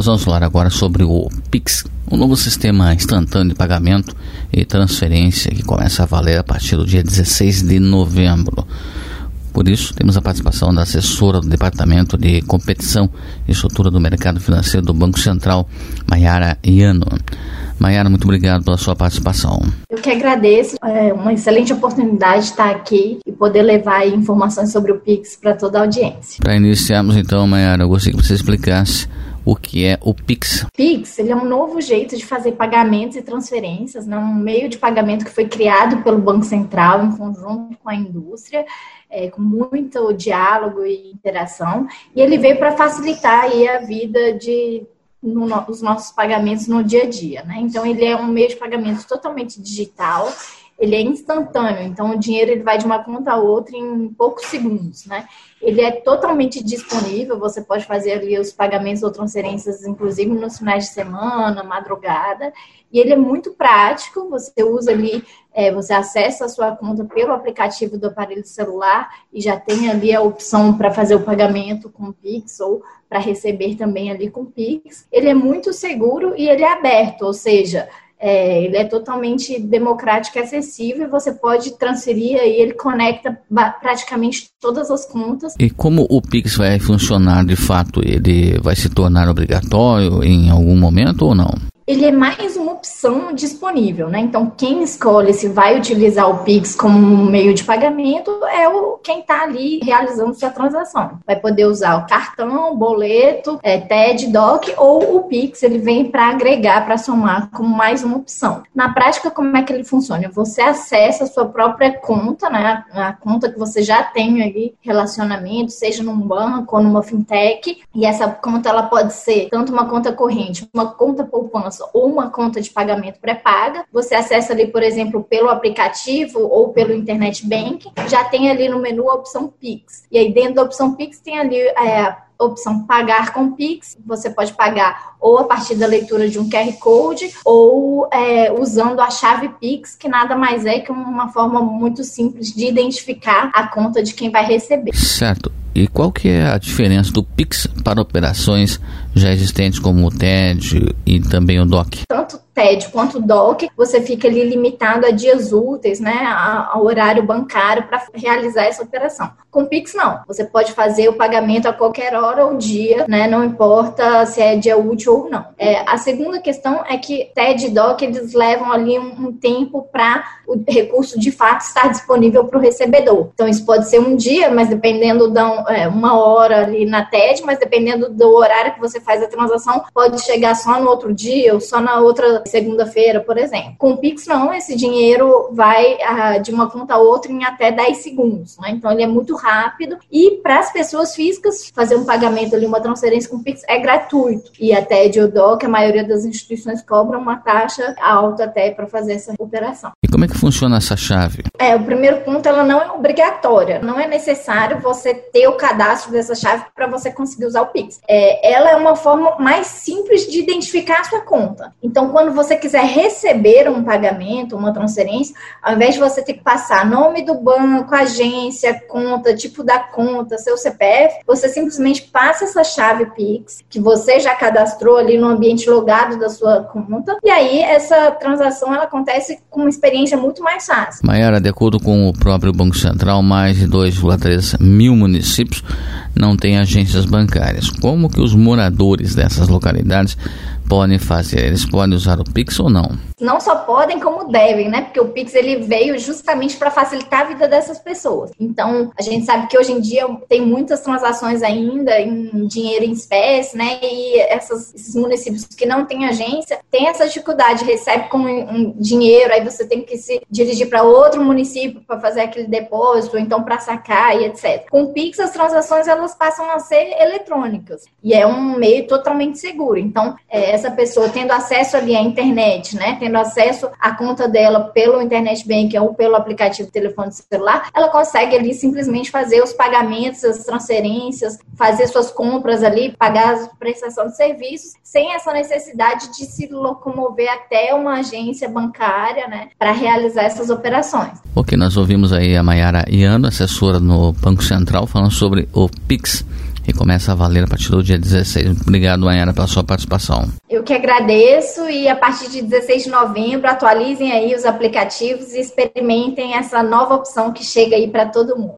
Nós vamos falar agora sobre o Pix, um novo sistema instantâneo de pagamento e transferência que começa a valer a partir do dia 16 de novembro. Por isso, temos a participação da assessora do Departamento de Competição e Estrutura do Mercado Financeiro do Banco Central, Mayara Iano. Mayara, muito obrigado pela sua participação. Eu que agradeço, é uma excelente oportunidade de estar aqui e poder levar informações sobre o Pix para toda a audiência. Para iniciarmos então, Mayara, eu gostaria que você explicasse o que é o Pix. Pix, ele é um novo jeito de fazer pagamentos e transferências, né? Um meio de pagamento que foi criado pelo Banco Central em conjunto com a indústria, com muito diálogo e interação, e ele veio para facilitar aí a vida os nossos pagamentos no dia a dia, né? Então, ele é um meio de pagamento totalmente digital, ele é instantâneo, então o dinheiro ele vai de uma conta a outra em poucos segundos, né? Ele é totalmente disponível, você pode fazer ali os pagamentos ou transferências, inclusive nos finais de semana, madrugada, e ele é muito prático, você usa ali, você acessa a sua conta pelo aplicativo do aparelho celular e já tem ali a opção para fazer o pagamento com Pix ou para receber também ali com Pix. Ele é muito seguro e ele é aberto, ou seja, ele é totalmente democrático e acessível, você pode transferir e ele conecta praticamente todas as contas. E como o Pix vai funcionar de fato? Ele vai se tornar obrigatório em algum momento ou não? Ele é mais uma opção disponível, né? Então, quem escolhe se vai utilizar o Pix como um meio de pagamento é quem está ali realizando sua transação. Vai poder usar o cartão, boleto, TED, DOC ou o Pix, ele vem para agregar, para somar como mais uma opção. Na prática, como é que ele funciona? Você acessa a sua própria conta, né? A conta que você já tem ali relacionamento, seja num banco ou numa fintech, e essa conta ela pode ser tanto uma conta corrente, uma conta poupança ou uma conta de pagamento pré-paga. Você acessa ali, por exemplo, pelo aplicativo ou pelo internet banking, já tem ali no menu a opção Pix. E aí dentro da opção Pix tem ali a opção pagar com Pix. Você pode pagar ou a partir da leitura de um QR Code ou usando a chave Pix, que nada mais é que uma forma muito simples de identificar a conta de quem vai receber. Certo. E qual que é a diferença do Pix para operações já existentes como o TED e também o DOC? Tanto o TED quanto o DOC, você fica ali limitado a dias úteis, né, ao horário bancário para realizar essa operação. Com o Pix, não. Você pode fazer o pagamento a qualquer hora ou dia, né, não importa se é dia útil ou não. A segunda questão é que TED e DOC, eles levam ali um tempo para o recurso de fato estar disponível para o recebedor. Então, isso pode ser um dia, mas dependendo uma hora ali na TED, mas dependendo do horário que você faz a transação, pode chegar só no outro dia ou só na outra segunda-feira, por exemplo. Com o Pix, não, esse dinheiro vai de uma conta a outra em até 10 segundos, né? Então, ele é muito rápido e para as pessoas físicas, fazer um pagamento ali, uma transferência com o Pix é gratuito. E a TED ou DOC, a maioria das instituições cobram uma taxa alta até para fazer essa operação. E como é que funciona essa chave? O primeiro ponto, ela não é obrigatória. Não é necessário você ter o cadastro dessa chave para você conseguir usar o Pix. Ela é uma forma mais simples de identificar a sua conta. Então, quando você quiser receber um pagamento, uma transferência, ao invés de você ter que passar nome do banco, agência, conta, tipo da conta, seu CPF, você simplesmente passa essa chave Pix, que você já cadastrou ali no ambiente logado da sua conta, e aí essa transação ela acontece com uma experiência muito mais fácil. Mayara, de acordo com o próprio Banco Central, mais de 2,3 mil municípios não têm agências bancárias. Como que os moradores dessas localidades podem fazer? Eles podem usar o Pix ou não? Não só podem, como devem, né? Porque o Pix ele veio justamente para facilitar a vida dessas pessoas. Então, a gente sabe que hoje em dia tem muitas transações ainda em dinheiro em espécie, né? E esses municípios que não têm agência têm essa dificuldade, recebe com um dinheiro, aí você tem que se dirigir para outro município para fazer aquele depósito, ou então para sacar e etc. Com o Pix, as transações elas passam a ser eletrônicas e é um meio totalmente seguro. Então, essa pessoa tendo acesso ali à internet, né? Tendo acesso à conta dela pelo internet banking ou pelo aplicativo de telefone celular, ela consegue ali simplesmente fazer os pagamentos, as transferências, fazer suas compras ali, pagar a prestação de serviços, sem essa necessidade de se locomover até uma agência bancária, né, para realizar essas operações. Ok, nós ouvimos aí a Mayara Iano, assessora no Banco Central, falando sobre o Pix, e começa a valer a partir do dia 16. Obrigado, Anhara, pela sua participação. Eu que agradeço, e a partir de 16 de novembro atualizem aí os aplicativos e experimentem essa nova opção que chega aí para todo mundo.